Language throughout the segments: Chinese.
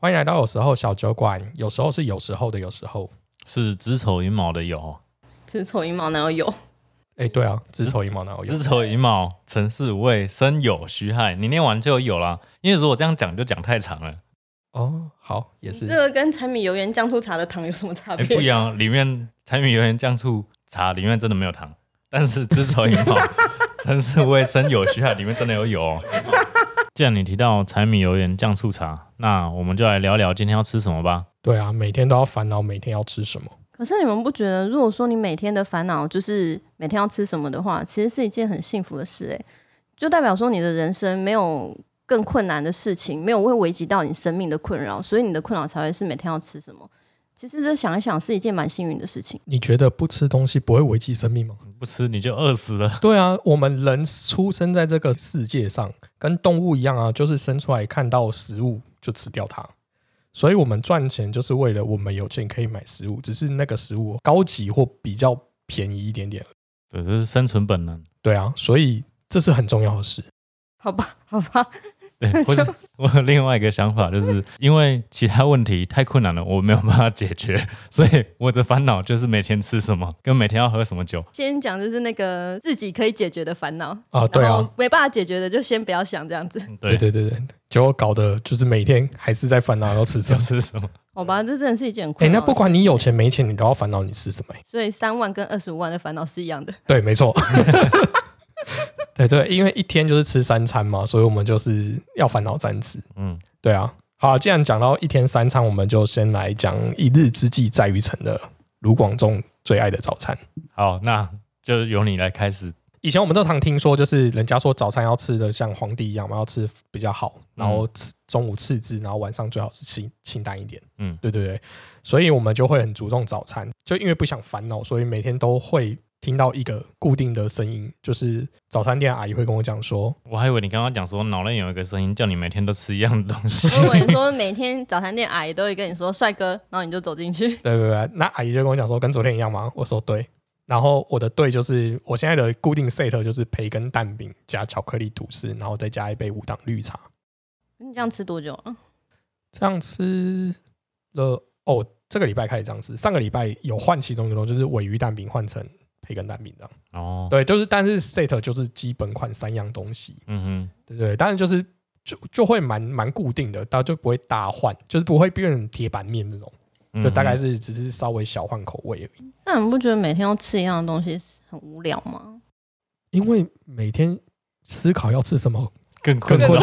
欢迎来到有时候小酒馆，有时候是有时候的有时候， 是子丑寅卯的酉， 子丑寅卯哪有酉？ 对啊，子丑寅卯哪有酉？ 子丑寅卯辰巳午未申酉戌亥，你念完就有啦。因为如果这样讲就讲太长了。 哦，好，也是。 这个跟柴米油盐酱醋茶的糖有什么差别？ 不一样，里面柴米油盐酱醋茶里面真的没有糖，但是子丑寅卯辰巳午未申酉戌亥里面真的有酉哦。既然你提到柴米油盐酱醋茶，那我们就来聊聊今天要吃什么吧。 对啊，每天都要烦恼每天要吃什么。 可是你们不觉得，如果说你每天的烦恼就是每天要吃什么的话，其实是一件很幸福的事欸，就代表说你的人生没有更困难的事情，没有会危及到你生命的困扰，所以你的困扰才会是每天要吃什么。其实这想一想是一件蛮幸运的事情。 你觉得不吃东西不会危及生命吗？ 不吃你就饿死了。 对啊，我们人出生在这个世界上，跟动物一样啊，就是生出来看到食物就吃掉它。所以我们赚钱就是为了我们有钱可以买食物，只是那个食物高级或比较便宜一点点。 对，这是生存本能。 对啊，所以这是很重要的事。 好吧，好吧。 对，或者我有另外一个想法，就是因为其他问题太困难了，我没有办法解决，所以我的烦恼就是每天吃什么，跟每天要喝什么酒。 先讲就是那个自己可以解决的烦恼啊，对啊， 然后没办法解决的就先不要想这样子。 对，结果搞的就是每天还是在烦恼要吃什么， 吃什么。 好吧，这真的是一件很困扰的事。 那不管你有钱没钱，你都要烦恼你吃什么。 所以3万跟25万的烦恼是一样的。 对，没错。对，因为一天就是吃3餐嘛，所以我们就是要烦恼3次。对啊。好，既然讲到一天3餐，我们就先来讲一日之计在于晨的卢广仲最爱的早餐。 好，那就由你来开始。 以前我们都常听说，就是人家说早餐要吃的像皇帝一样嘛，要吃比较好，然后中午赤字，然后晚上最好是清淡一点。对，所以我们就会很注重早餐，就因为不想烦恼，所以每天都会听到一个固定的声音，就是早餐店阿姨会跟我讲说， 我还以为你刚刚讲说脑内有一个声音叫你每天都吃一样的东西。 我以为你说每天早餐店阿姨都会跟你说帅哥，然后你就走进去。 对，那阿姨就跟我讲说跟昨天一样吗？我说对。然后我的对就是我现在的固定 set 就是培根蛋饼加巧克力吐司，然后再加一杯无糖绿茶。 你这样吃多久了？ 这样吃了这个礼拜开始这样吃，上个礼拜有换其中一个东西，就是鲔鱼蛋饼换成培根蛋饼这样。对，就是但是 set 就是基本款3样东西。对，但是就是就会蛮固定的，大家就不会大换，就是不会变成铁板面这种。就大概是只是稍微小换口味而已。 那你不觉得每天要吃一样的东西很无聊吗？ 因为每天思考要吃什么更困难。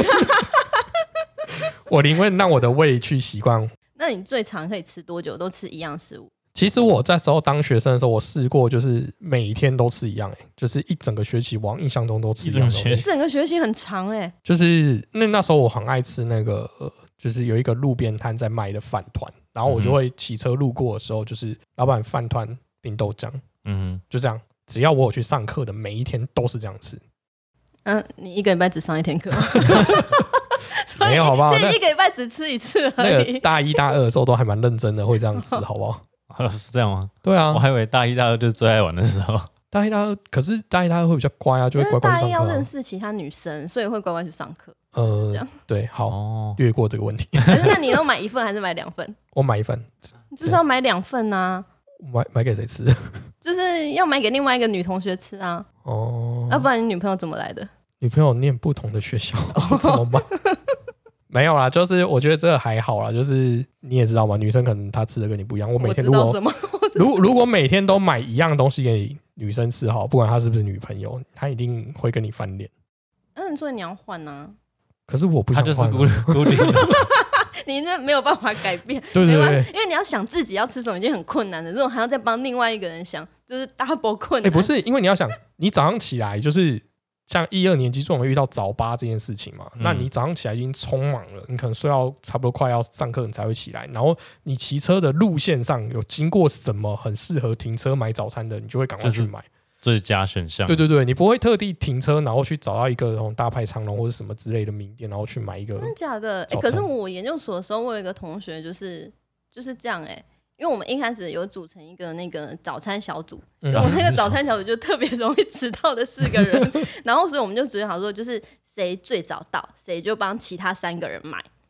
我宁愿让我的胃去习惯。 那你最长可以吃多久都吃一样食物？ 其实我在时候当学生的时候，我试过，就是每一天都吃一样，就是一整个学期，我印象中都吃一样东西。 一整个学期很长就是那时候我很爱吃那个，就是有一个路边摊在卖的饭团。然后我就会骑车路过的时候，就是老板饭团冰豆浆，就这样。只要我有去上课的每一天都是这样吃。 你一个礼拜只上1天课？ 没有好不好？ 所以1个礼拜只吃1次而已。 那个大1、大2的时候都还蛮认真的，会这样吃，好不好？ 是这样吗？ 对啊， 我还以为大1、大2就是最爱玩的时候。 大1、大2，可是大1、大2会比较乖啊，就会乖乖去上课。 大1要认识其他女生，所以会乖乖去上课。 对，好，略过这个问题。 可是那你要买1份还是买2份？ 我买1份， 就是要买2份啊。 买给谁吃？ 就是要买给另外一个女同学吃啊。要不然你女朋友怎么来的？ 女朋友念不同的学校，怎么办？没有啦，就是我觉得这个还好啦，就是你也知道嘛，女生可能她吃的跟你不一样。我每天如果每天都买一样东西给女生吃好，不管她是不是女朋友，她一定会跟你翻脸。 所以你要换啊。 可是我不想换， 她就是固定的。 你这没有办法改变。 对，因为你要想自己要吃什么已经很困难了，如果还要再帮另外一个人想，就是 double 困难。 不是，因为你要想，你早上起来就是像1、2年级总会遇到早八这件事情嘛，那你早上起来已经匆忙了，你可能睡到差不多快要上课你才会起来，然后你骑车的路线上有经过什么很适合停车买早餐的，你就会赶快去买。 最佳选项。 对，你不会特地停车然后去找到一个那种大排长龙或者什么之类的名店，然后去买一个。 真的假的？可是我研究所的时候，我有一个同学就是这样因为我们一开始有组成一个那个早餐小组，就我们那个早餐小组就特别容易迟到的4个人，然后所以我们就决定好说，就是谁最早到，谁就帮其他3个人买。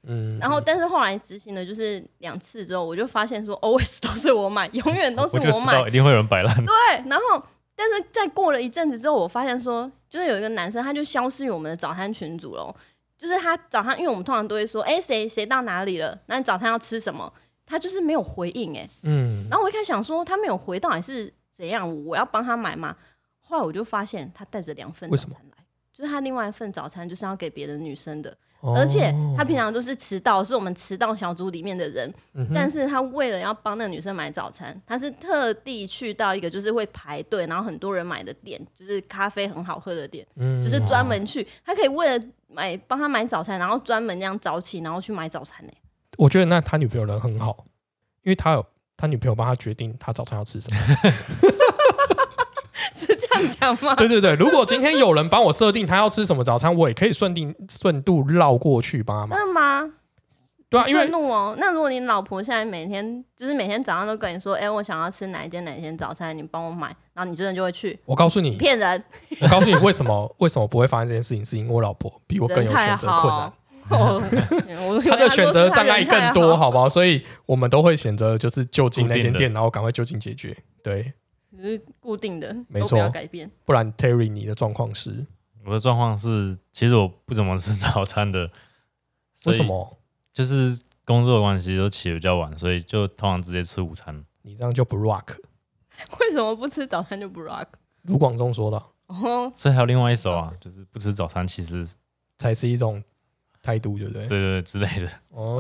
然后但是后来执行的就是2次之后，我就发现说 always 都是我买，永远都是我买， 我就知道一定会有人摆烂。 对，然后但是在过了一阵子之后，我发现说，就是有一个男生他就消失于我们的早餐群组了。就是他早上，因为我们通常都会说，谁到哪里了？那你早餐要吃什么？他就是没有回应，然后我一开始想说，他没有回到底是怎样？我要帮他买吗？后来我就发现他带着2份早餐来，就是他另外一份早餐就是要给别的女生的。而且他平常都是迟到，是我们迟到小组里面的人，但是他为了要帮那个女生买早餐，他是特地去到一个就是会排队，然后很多人买的店，就是咖啡很好喝的店，就是专门去，他可以为了帮他买早餐，然后专门这样早起，然后去买早餐。 我觉得那他女朋友人很好，因为他女朋友帮他决定他早餐要吃什么。 是这样讲吗？ 对对对，如果今天有人帮我设定他要吃什么早餐，我也可以顺路绕过去帮他买。 真的吗？ 对啊，因为顺路哦。那如果你老婆现在每天早上都跟你说，我想要吃哪一间早餐，你帮我买，然后你真的就会去？ 我告诉你， 骗人！ 我告诉你为什么不会发生这件事情，是因为我老婆比我更有选择困难。他的选择障碍更多，好不好？所以我们都会选择就是就近那间店，然后赶快就近解决。对。 是固定的， 没错， 都不要改变。 不然 Terry 你的状况是？ 我的状况是，其实我不怎么吃早餐的。 为什么？ 就是工作的关系，都起得比较晚，所以就通常直接吃午餐。 你这样就不 rock？ 为什么不吃早餐就不 rock？ 卢广仲说的。 所以还有另外一首啊，就是不吃早餐其实才是一种态度，对不对？ 对对对之类的。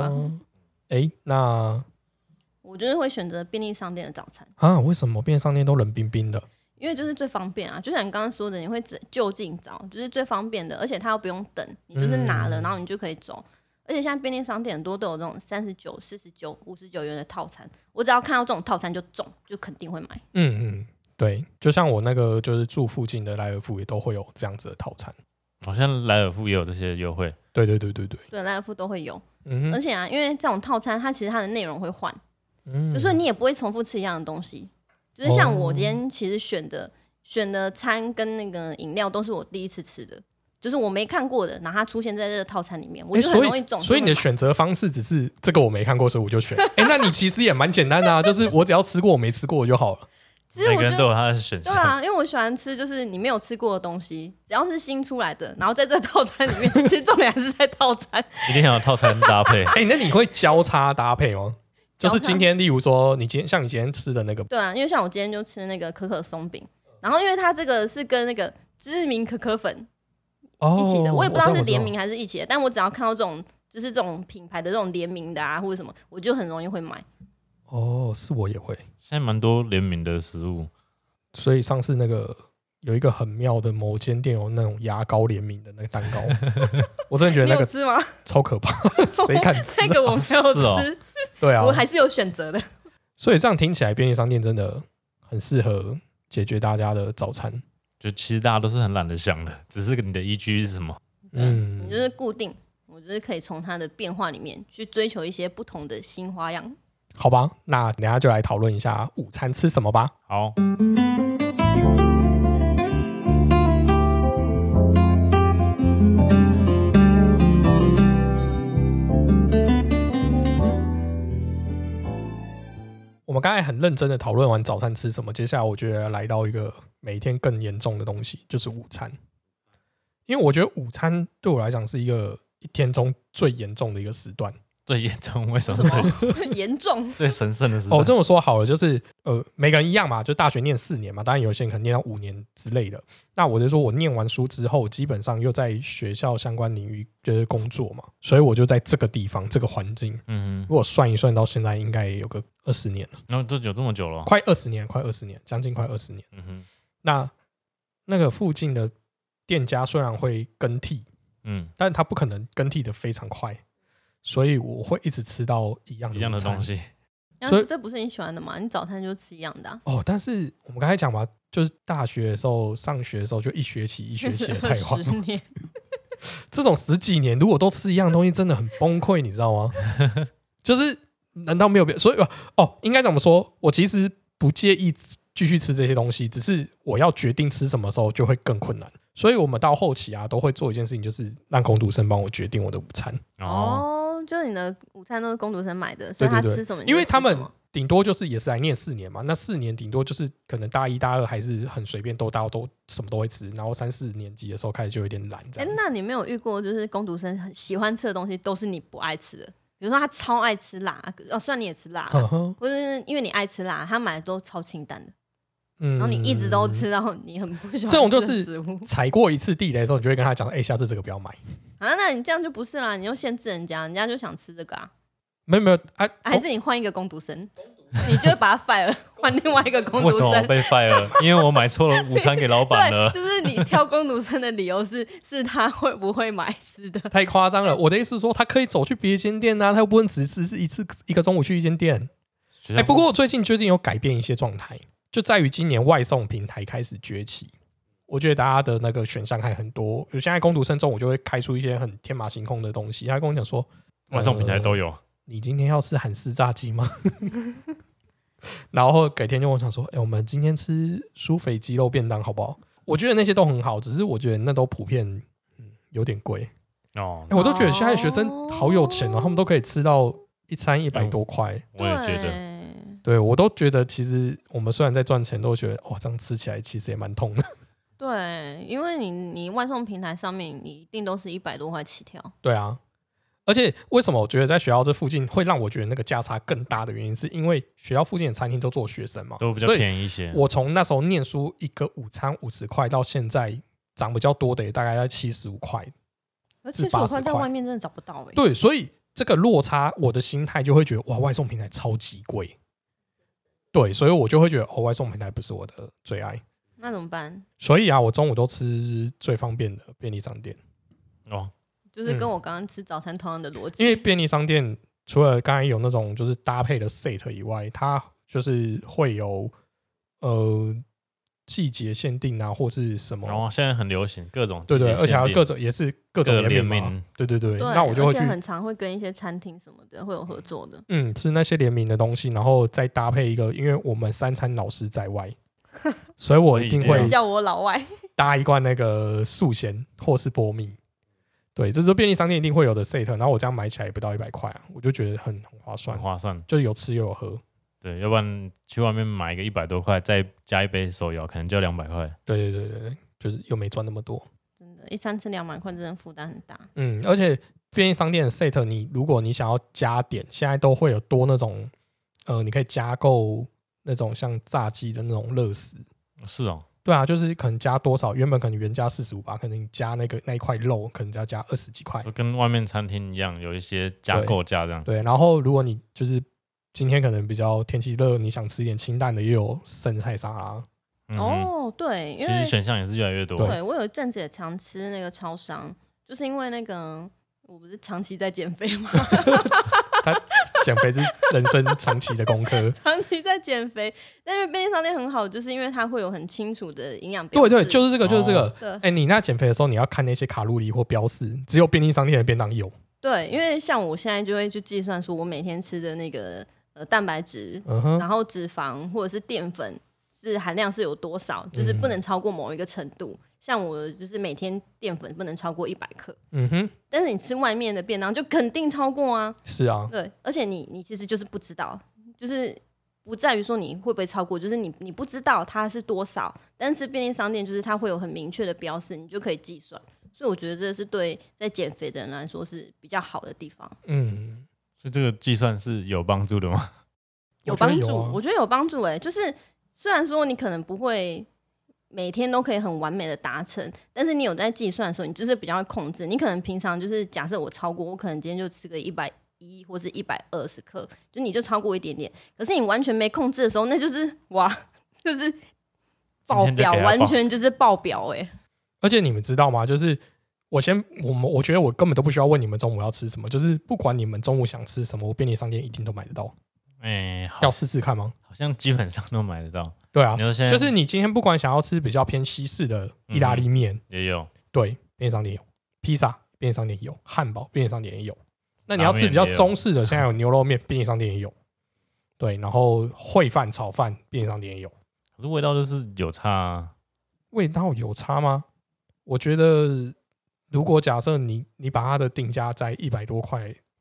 那。 我就是会选择便利商店的早餐啊？为什么便利商店都冷冰冰的？ 因为就是最方便啊，就像你刚刚说的，你会就近找，就是最方便的，而且它又不用等，你就是拿了，然后你就可以走。而且现在便利商店很多都有这种39、49、59元的套餐，我只要看到这种套餐就中，就肯定会买。 对，就像我那个就是住附近的莱尔富也都会有这样子的套餐， 好像莱尔富也有这些优惠。 对， 莱尔富都会有。而且啊，因为这种套餐它其实它的内容会换。就是你也不会重复吃一样的东西，就是像我今天其实选的餐跟那个饮料都是我第一次吃的，就是我没看过的，然后它出现在这个套餐里面，我就很容易中。 所以你的选择方式只是这个我没看过，所以我就选。那你其实也蛮简单的啊，就是我只要吃过我没吃过就好了。 其实我觉得每个人都有他的选项。 对啊，因为我喜欢吃就是你没有吃过的东西，只要是新出来的，然后在这个套餐里面，其实重点还是在套餐。 一定要有套餐搭配。 那你会交叉搭配吗？就是今天，例如说，你今天吃的那个， 对啊，因为像我今天就吃那个可可松饼，然后因为它这个是跟那个知名可可粉一起的，我也不知道是联名还是一起的，但我只要看到这种就是这种品牌的这种联名的啊或者什么，我就很容易会买。 是我也会， 现在蛮多联名的食物， 所以上次那个有一个很妙的某间店有那种牙膏联名的那个蛋糕，我真的觉得那个你有吃吗？ 超可怕，谁敢吃？ 那个我没有吃。 对啊， 我还是有选择的。 所以这样听起来，便利商店真的很适合解决大家的早餐。 就其实大家都是很懒得想的，只是你的依据是什么？ 你就是固定，我就是可以从它的变化里面去追求一些不同的新花样。 好吧，那等一下就来讨论一下午餐吃什么吧。 好。 我们刚才很认真的讨论完早餐吃什么，接下来我觉得来到一个每天更严重的东西，就是午餐。因为我觉得午餐对我来讲是一天中最严重的一个时段。 最严重？为什么最严重？ 最神圣的时段？ 这么说好了，就是每个人一样嘛，就大学念4年嘛，当然有些人可能念到5年之类的。那我就说我念完书之后，基本上又在学校相关领域就是工作嘛，所以我就在这个地方这个环境，如果算一算到现在，应该也有个20年了。 然后这有这么久了？ 快20年，将近快20年。那个附近的店家虽然会更替，但他不可能更替的非常快。所以我会一直吃到一样的东西， 所以这不是你喜欢的吗？你早餐就吃一样的但是我们刚才讲嘛，就是大学的时候上学的时候就一学期的太快了，这种10几年如果都吃一样的东西，真的很崩溃，你知道吗？就是难道没有别？所以应该怎么说？我其实不介意继续吃这些东西，只是我要决定吃什么时候就会更困难。所以我们到后期啊，都会做一件事情，就是让工读生帮我决定我的午餐。 就是你的午餐都是工读生买的，所以他吃什么？ 因为他们顶多就是也是来念4年嘛，那4年顶多就是可能大1、大2还是很随便，都什么都会吃，然后3、4年级的时候开始就有点懒。 那你没有遇过就是工读生很喜欢吃的东西都是你不爱吃的？比如说他超爱吃辣，虽然你也吃辣，或者是因为你爱吃辣，他买的都超清淡的。然后你一直都吃到你很不喜欢吃的食物， 这种就是踩过一次地雷的时候，你就会跟他讲，下次这个不要买啊。那你这样就不是啦，你又限制人家就想吃这个啊。 没有啊， 还是你换一个工读生，你就会把他 fire 换另外一个工读生。 为什么我被 fire？ 因为我买错了午餐给老板了。 就是你挑工读生的理由是他会不会买吃的？ 太夸张了！我的意思是说，他可以走去别间店啊，他又不能只是一个中午去一间店。不过我最近决定有改变一些状态。就在于今年外送平台开始崛起，我觉得大家的那个选项还很多。现在工读生中午就会开出一些很天马行空的东西。他跟我讲说， 外送平台都有。 你今天要吃韩式炸鸡吗？然后改天就我想说，我们今天吃酥肥鸡肉便当好不好？我觉得那些都很好，只是我觉得那都普遍有点贵哦。我都觉得现在学生好有钱哦，他们都可以吃到一餐100多块。 我也觉得。 对，我都觉得其实我们虽然在赚钱，都觉得这样吃起来其实也蛮痛的。 对，因为你外送平台上面，你一定都是100多块起跳。 对啊，而且为什么我觉得在学校这附近会让我觉得那个价差更大的原因，是因为学校附近的餐厅都做学生嘛， 都比较便宜一些。 我从那时候念书一个午餐50块，到现在涨比较多的也大概要75块， 而75块在外面真的找不到对，所以这个落差，我的心态就会觉得哇，外送平台超级贵。对，所以我就会觉得外送平台不是我的最爱。 那怎么办？ 所以我中午都吃最方便的便利商店。 就是跟我刚刚吃早餐同样的逻辑。 因为便利商店除了刚才有那种就是搭配的 set 以外，它就是会有季节限定啊，或是什么。 现在很流行各种对，而且还有各种联名。对，那我就会去很常会跟一些餐厅什么的会有合作的。 吃那些联名的东西，然后再搭配一个，因为我们3餐老师在外，所以我一定会叫我老外搭一罐那个素咸或是波蜜。对，这是便利商店一定会有的 set， 然后我这样买起来也不到100块啊，我就觉得很划算，就是有吃又有喝。 对，要不然去外面买一个100多块，再加一杯手摇，可能就要200块。 对，就是又没赚那么多。 真的，一餐吃200块，真的负担很大。 而且便利商店的 set， 如果你想要加点，现在都会有多那种，你可以加购那种像炸鸡的那种乐食。 是哦。 对啊，就是可能加多少，原本可能原价45吧，可能你加那一块肉，可能要加20几块， 跟外面餐厅一样，有一些加购价这样。 对，然后如果你就是今天可能比较天气热，你想吃一点清淡的，也有生菜沙拉。 对， 其实选项也是越来越多。 对，我有一阵子也常吃那个超商，就是因为那个我不是长期在减肥吗？ 他减肥是人生长期的功课， 长期在减肥。但是便利商店很好，就是因为它会有很清楚的营养标示。 对，就是这个。你那减肥的时候，你要看那些卡路里或标示，只有便利商店的便当有。 对，因为像我现在就会去计算，说我每天吃的那个蛋白质，然后脂肪或者是淀粉是含量是有多少，就是不能超过某一个程度。像我就是每天淀粉不能超过100克，但是你吃外面的便当就肯定超过啊。 是啊， 对，而且你其实就是不知道，就是不在于说你会不会超过，就是你不知道它是多少，但是便利商店就是它会有很明确的标示，你就可以计算。所以我觉得这是对在减肥的人来说是比较好的地方。 所以这个计算是有帮助的吗？ 有帮助，我觉得有帮助。就是虽然说你可能不会每天都可以很完美的达成，但是你有在计算的时候，你就是比较会控制。你可能平常就是假设我超过，我可能今天就吃个110或是120克，就你就超过一点点。可是你完全没控制的时候，那就是哇，就是爆表，完全就是爆表而且你们知道吗？就是我觉得我根本都不需要问你们中午要吃什么，就是不管你们中午想吃什么，我便利商店一定都买得到。要试试看吗？ 好像基本上都买得到。 对啊，就是你今天不管想要吃比较偏西式的意大利面， 也有。 对，便利商店有；披萨便利商店有；汉堡便利商店也有。那你要吃比较中式的，现在有牛肉面，便利商店也有。对，然后烩饭、炒饭，便利商店也有。 可是味道就是有差啊。 味道有差吗？我觉得，如果假设你把它的定价在100多块，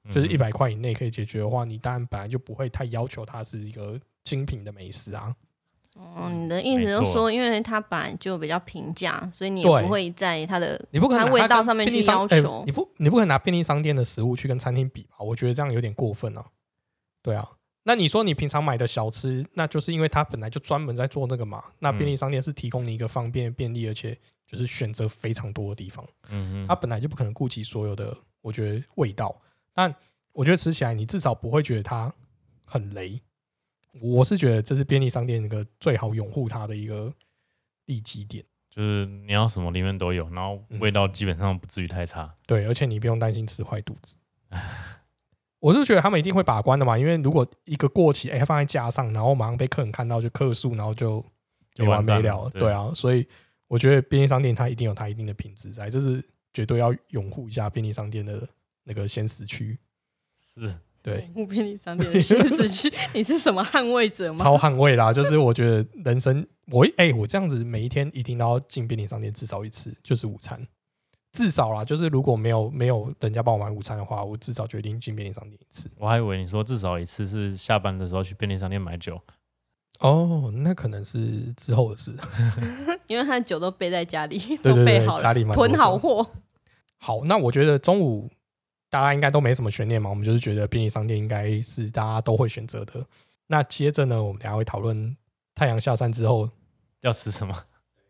就是100块以内可以解决的话，你当然本来就不会太要求它是一个精品的美食啊。 你的意思就是说，因为它本来就比较平价，所以你也不会在它的味道上面去要求。 你不可能拿便利商店的食物去跟餐厅比吧？我觉得这样有点过分啊。对啊，那你说你平常买的小吃，那就是因为它本来就专门在做那个嘛。那便利商店是提供你一个方便、便利，而且就是选择非常多的地方。它本来就不可能顾及所有的，我觉得味道。但我觉得吃起来，你至少不会觉得它很雷。我是觉得这是便利商店一个最好拥护它的一个利基点， 就是你要什么里面都有，然后味道基本上不至于太差。 对，而且你不用担心吃坏肚子。我是觉得他们一定会把关的嘛，因为如果一个过期，放在架上，然后马上被客人看到就客诉，然后就没完没了。对啊，所以我觉得便利商店它一定有它一定的品质在，这是绝对要拥护一下便利商店的那个鲜食区。 是。 对， 拥护便利商店的鲜食区，你是什么捍卫者吗？ 超捍卫啦！就是我觉得人生，我这样子每一天一定都要进便利商店至少一次，就是午餐，至少啦。就是如果没有人家帮我买午餐的话，我至少决定进便利商店一次。 我还以为你说至少一次是下班的时候去便利商店买酒。 哦，那可能是之后的事， 因为他的酒都备在家里， 对都备好了， 家里囤好货。 好，那我觉得中午大家应该都没什么悬念嘛，我们就是觉得便利商店应该是大家都会选择的。那接着呢，我们等一下会讨论太阳下山之后要吃什么。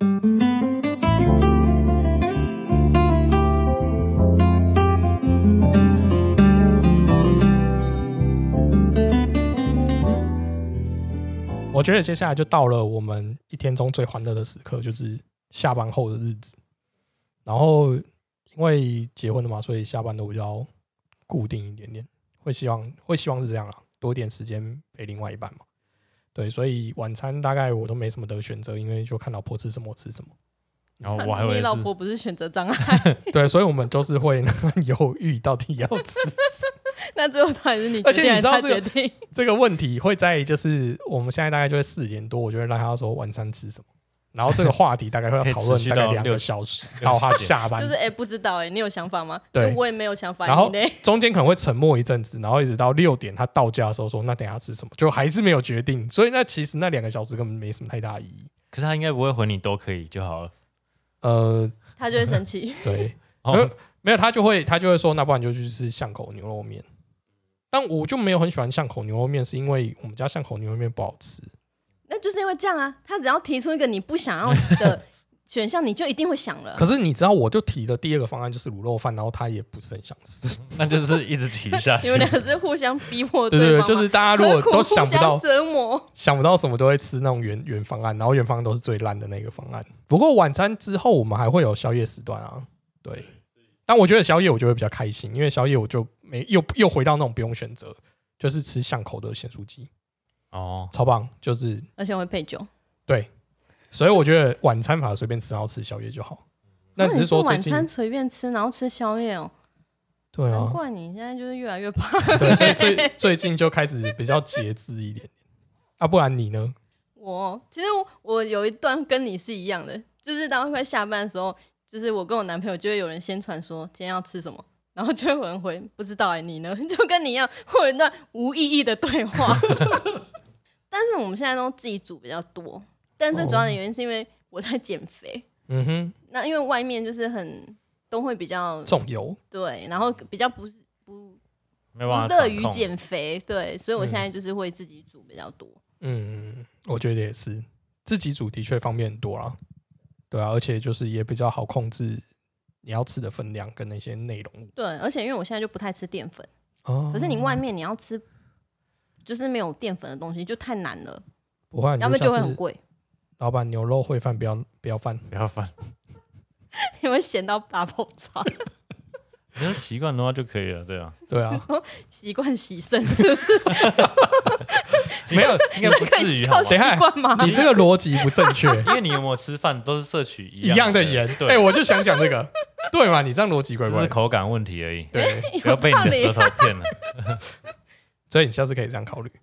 我觉得接下来就到了我们一天中最欢乐的时刻，就是下班后的日子。然后因为结婚了嘛，所以下班都比较固定一点点，会希望是这样啦，多一点时间陪另外一半嘛。对，所以晚餐大概我都没什么得选择，因为就看老婆吃什么吃什么。 然后我还以为你老婆不是选择障碍， 对，所以我们都是会犹豫到底要吃什么。 那最后到底是你决定还是他决定？ 这个问题会在就是我们现在大概就会4点多，我就会让他说晚餐吃什么。然后这个话题大概会要讨论大概2个小时，到他下班。 就是不知道你有想法吗？ 对， 我也没有想法。 然后中间可能会沉默一阵子，然后一直到6点他到家的时候说：“那等一下吃什么？”就还是没有决定。所以那其实那2个小时根本没什么太大意义。 可是他应该不会回你都可以就好了。 他就会生气。 对，没有他就会说：“那不然就去吃巷口牛肉面。”但我就没有很喜欢巷口牛肉面，是因为我们家巷口牛肉面不好吃。 那就是因为这样啊，他只要提出一个你不想要的选项，你就一定会想了。 可是你知道，我就提的第2个方案就是卤肉饭，然后他也不是很想吃， 那就是一直提下去。 你们俩是互相逼迫对方吗？对，就是大家如果都想不到折磨， 想不到什么都会吃那种原方案，然后原方案都是最烂的那个方案。不过晚餐之后我们还会有宵夜时段啊，对。但我觉得宵夜我就会比较开心，因为宵夜我就又回到那种不用选择，就是吃巷口的咸酥鸡。哦，超棒，就是而且会配酒。 对，所以我觉得晚餐反而随便吃，然后吃宵夜就好。那只是说最近晚餐随便吃，然后吃宵夜哦。 对啊， 难怪你现在就是越来越胖。 对，所以最近就开始比较节制一点点。啊，不然你呢？ 其实我有一段跟你是一样的，就是当快下班的时候，就是我跟我男朋友就会有人先传说今天要吃什么。然后就会有人回不知道你呢，就跟你一样，会有一段无意义的对话。但是我们现在都自己煮比较多，但最主要的原因是因为我在减肥。那因为外面就是都会比较重油， 对，然后比较不乐于减肥，对，所以我现在就是会自己煮比较多。 我觉得也是，自己煮的确方便很多啦。对啊，而且就是也比较好控制你要吃的分量跟那些内容物。 对，而且因为我现在就不太吃淀粉，可是你外面你要吃就是没有淀粉的东西就太难了， 不会， 要不然就会很贵。 老板，牛肉烩饭不要饭， 你会咸到大爆炸。 你要习惯的话就可以了，对啊， 对啊， 习惯洗肾是不是？ 没有， 应该不至于。 等一下， 你这个逻辑不正确， 因为你有没有吃饭都是摄取一样的盐。对，我就想讲这个，对嘛？你这样逻辑怪怪的， 是口感问题而已。 对， 不要被你的舌头骗了。 所以你下次可以这样考虑。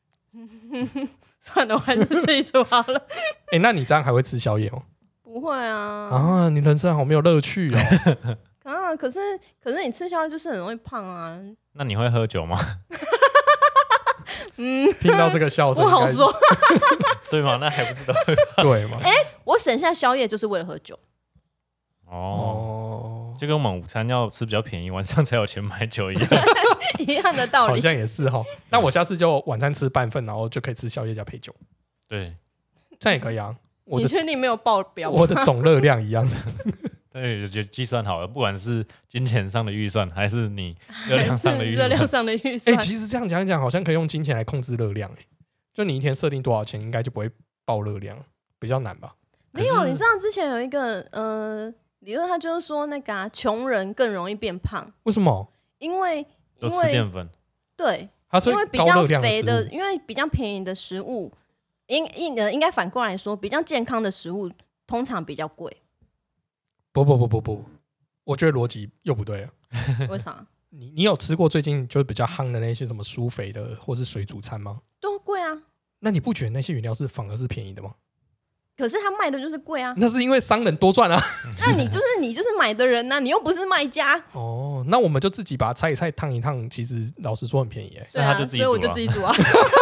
算了，我还是自己煮好了。 那你这样还会吃宵夜吗？ 不会啊。 你人生好没有乐趣哦。 啊，可是你吃宵夜就是很容易胖啊。 那你会喝酒吗？ 听到这个笑声， 不好说。 对吗？那还不是都对吗？ 我省下宵夜就是为了喝酒。 就跟我们午餐要吃比较便宜，晚上才有钱买酒一样， 一样的道理。 好像也是哈。那我下次就晚餐吃半份，然后就可以吃宵夜加配酒。 对， 这样也可以啊。 你确定没有爆表？ 我的总热量一样。 对，就计算好了，不管是金钱上的预算，还是你热量上的预算。 热量上的预算。 其实这样讲一讲，好像可以用金钱来控制热量。就你一天设定多少钱，应该就不会爆热量，比较难吧？ 没有，你知道之前有一个理论，他就是说那个穷人更容易变胖。 为什么？ 因为都吃淀粉。 对， 因为比较肥的，因为比较便宜的食物，应该反过来说，比较健康的食物通常比较贵。 不，我觉得逻辑又不对了。 为啥？ 你有吃过最近就是比较夯的那些什么舒肥的或是水煮餐吗？ 都贵啊。 那你不觉得那些原料是反而是便宜的吗？ 可是他卖的就是贵啊。 那是因为商人多赚啊。 那你就是买的人啊，你又不是卖家。 哦，那我们就自己把它拆一拆烫一烫，其实老实说很便宜耶。 对啊，所以我就自己煮啊。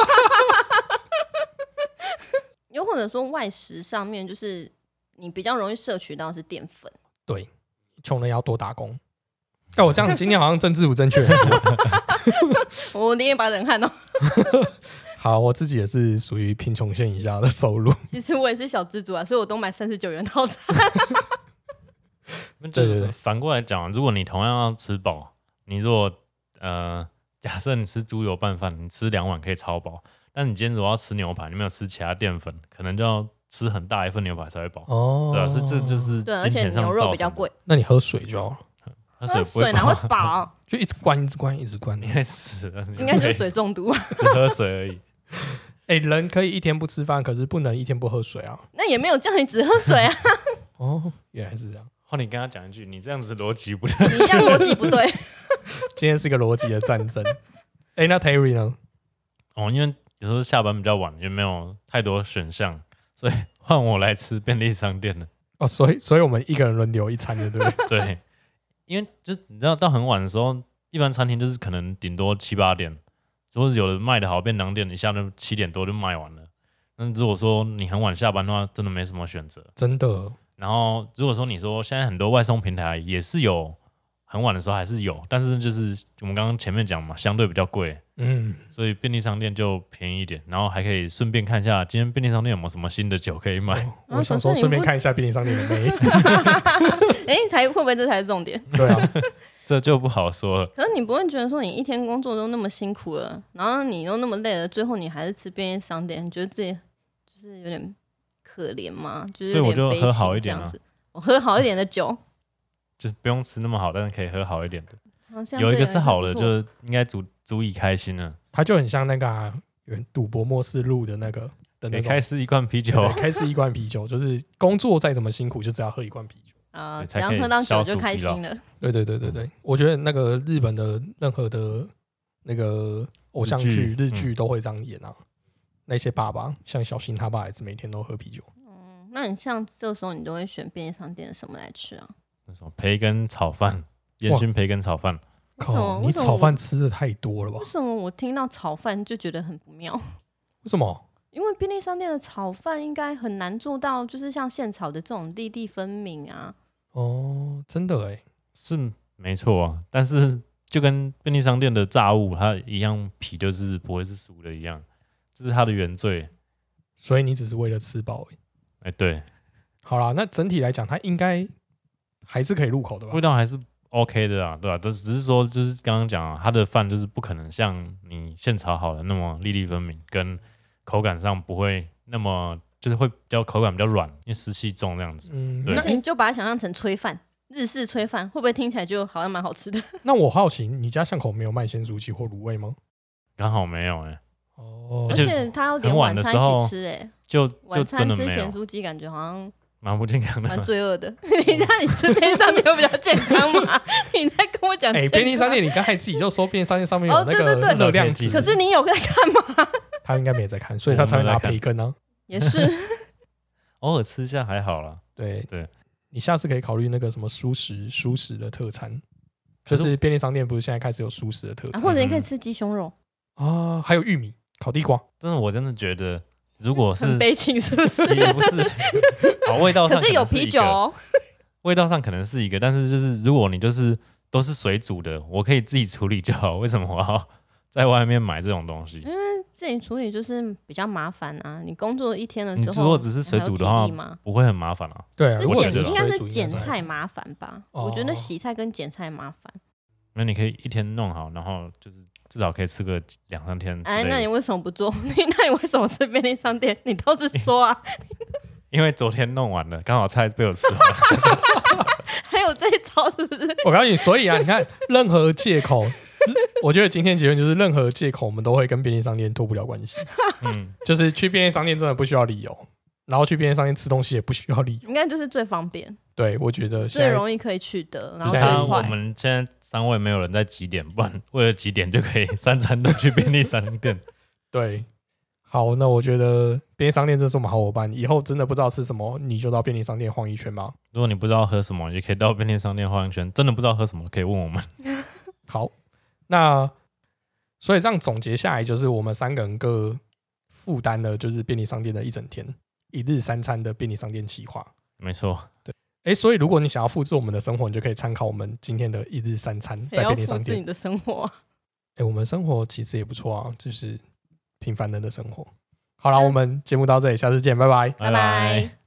又或者说外食上面，就是你比较容易摄取到是淀粉。 对，穷人要多打工。但我这样今天好像政治不正确很多。我捏一把冷汗哦。 好，我自己也是属于贫穷线以下的收入。 其实我也是小资族啊，所以我都买39元套餐。 对，反过来讲，如果你同样要吃饱，你如果假设你吃猪油拌饭，你吃2碗可以超饱，但你今天如果要吃牛排，你没有吃其他淀粉，可能就要吃很大一份牛排才会饱。对啊，所以这就是对，而且牛肉比较贵。 那你喝水就好了。 喝水哪会饱？ 就一直灌， 你会死了。 应该就是水中毒。 只喝水而已。 人可以一天不吃饭，可是不能一天不喝水啊。 那也没有叫你只喝水啊。 哦，原来是这样。 你跟他讲一句，你这样子逻辑不对。 你这样逻辑不对。 今天是个逻辑的战争。那 Terry 呢？ 因为有时候下班比较晚，也没有太多选项，所以换我来吃便利商店了。 所以我们一个人轮流一餐，对不对？ 对，因为就你知道，到很晚的时候，一般餐厅就是可能顶多7、8点。如果有的卖的好便当店，一下就7点多就卖完了。那如果说你很晚下班的话，真的没什么选择， 真的。 然后如果说你说现在很多外送平台也是有很晚的时候还是有，但是就是我们刚刚前面讲嘛，相对比较贵，所以便利商店就便宜一点，然后还可以顺便看一下今天便利商店有没有什么新的酒可以买。 我想说顺便看一下便利商店的妹。 会不会这才是重点？ 对啊。 这就不好说了。 可是你不会觉得说你一天工作都那么辛苦了，然后你又那么累了，最后你还是吃便利商店，你觉得自己就是有点可怜吗？就是有点悲情这样子。所以我就喝好一点啊。我喝好一点的酒， 就不用吃那么好，但是可以喝好一点的。有一个是好的，就应该足以开心了。 它就很像那个赌博默示录的那个的那种。 开始一罐啤酒， 开始一罐啤酒，就是工作再怎么辛苦，就只要喝一罐啤酒。 只要喝到酒就开心了。 对，我觉得那个日本的任何的那个偶像剧、日剧都会这样演啊。那些爸爸，像小新他爸也是每天都喝啤酒。 那你像这时候你都会选便利商店什么来吃啊？ 那种培根炒饭，烟熏培根炒饭。 靠，你炒饭吃的太多了吧？ 为什么我听到炒饭就觉得很不妙？ 为什么？ 因为便利商店的炒饭应该很难做到，就是像现炒的这种粒粒分明啊。 真的是没错啊，但是就跟便利商店的炸物它一样，皮就是不会是熟的一样，这是它的原罪。 所以你只是为了吃饱而已。 对。 好啦，那整体来讲，它应该还是可以入口的吧？ 味道还是 OK 的啊，对吧？只是说，就是刚刚讲啊，它的饭就是不可能像你现炒好的那么粒粒分明，跟口感上不会那么，就是会比较口感比较软，因为湿气重这样子。 那你就把它想象成炊饭，日式炊饭，会不会听起来就好像蛮好吃的？ 那我好奇，你家巷口没有卖咸酥鸡或卤味吗？ 刚好没有而且他要连晚餐一起吃就晚餐真的没有吃咸酥鸡，感觉好像蛮不健康的， 蛮罪恶的。你吃便利商店会比较健康吗？你在跟我讲便利商店，你刚才自己就说便利商店上面有那个热量值， 可是你有在看吗？ 他应该没在看，所以他才会拿培根啊。 也是， 偶尔吃一下还好啦。 对， 你下次可以考虑那个什么蔬食的特餐，就是便利商店不是现在开始有蔬食的特餐， 或者你可以吃鸡胸肉啊，还有玉米、烤地瓜。 但是我真的觉得，如果是很悲情，是不是？ 也不是，好，味道上可是有啤酒哦。 味道上可能是一个，但是就是如果你就是都是水煮的，我可以自己处理就好，为什么我要在外面买这种东西？ 因为自己处理就是比较麻烦啊。你工作一天了之后， 你如果只是水煮的话，不会很麻烦啊。 对啊， 应该是剪菜麻烦吧？我觉得洗菜跟剪菜麻烦。 那你可以一天弄好，然后就是至少可以吃个2-3天。 哎，那你为什么不做？那你为什么吃便利商店？你倒是说啊！ 因为昨天弄完了，刚好菜被我吃完了。 还有这一招是不是？ 我告诉你，所以啊，你看任何借口，我觉得今天结论就是任何借口我们都会跟便利商店脱不了关系。就是去便利商店真的不需要理由，然后去便利商店吃东西也不需要理由， 应该就是最方便。 对，我觉得最容易可以取得，然后最快。我们现在3位没有人在几点，不然为了几点就可以3餐都去便利商店。 对。好，那我觉得便利商店真是我们好伙伴。以后真的不知道吃什么，你就到便利商店晃一圈吧。 如果你不知道喝什么，也可以到便利商店晃一圈。真的不知道喝什么，可以问我们。 好，那所以这样总结下来，就是我们3个人各负担了就是便利商店的一整天，1日3餐的便利商店企划。 没错， 对。所以如果你想要复制我们的生活，你就可以参考我们今天的1日3餐在便利商店。 复制你的生活。 我们生活其实也不错啊，就是平凡人的生活。好啦，我们节目到这里，下次见，拜拜， 拜拜。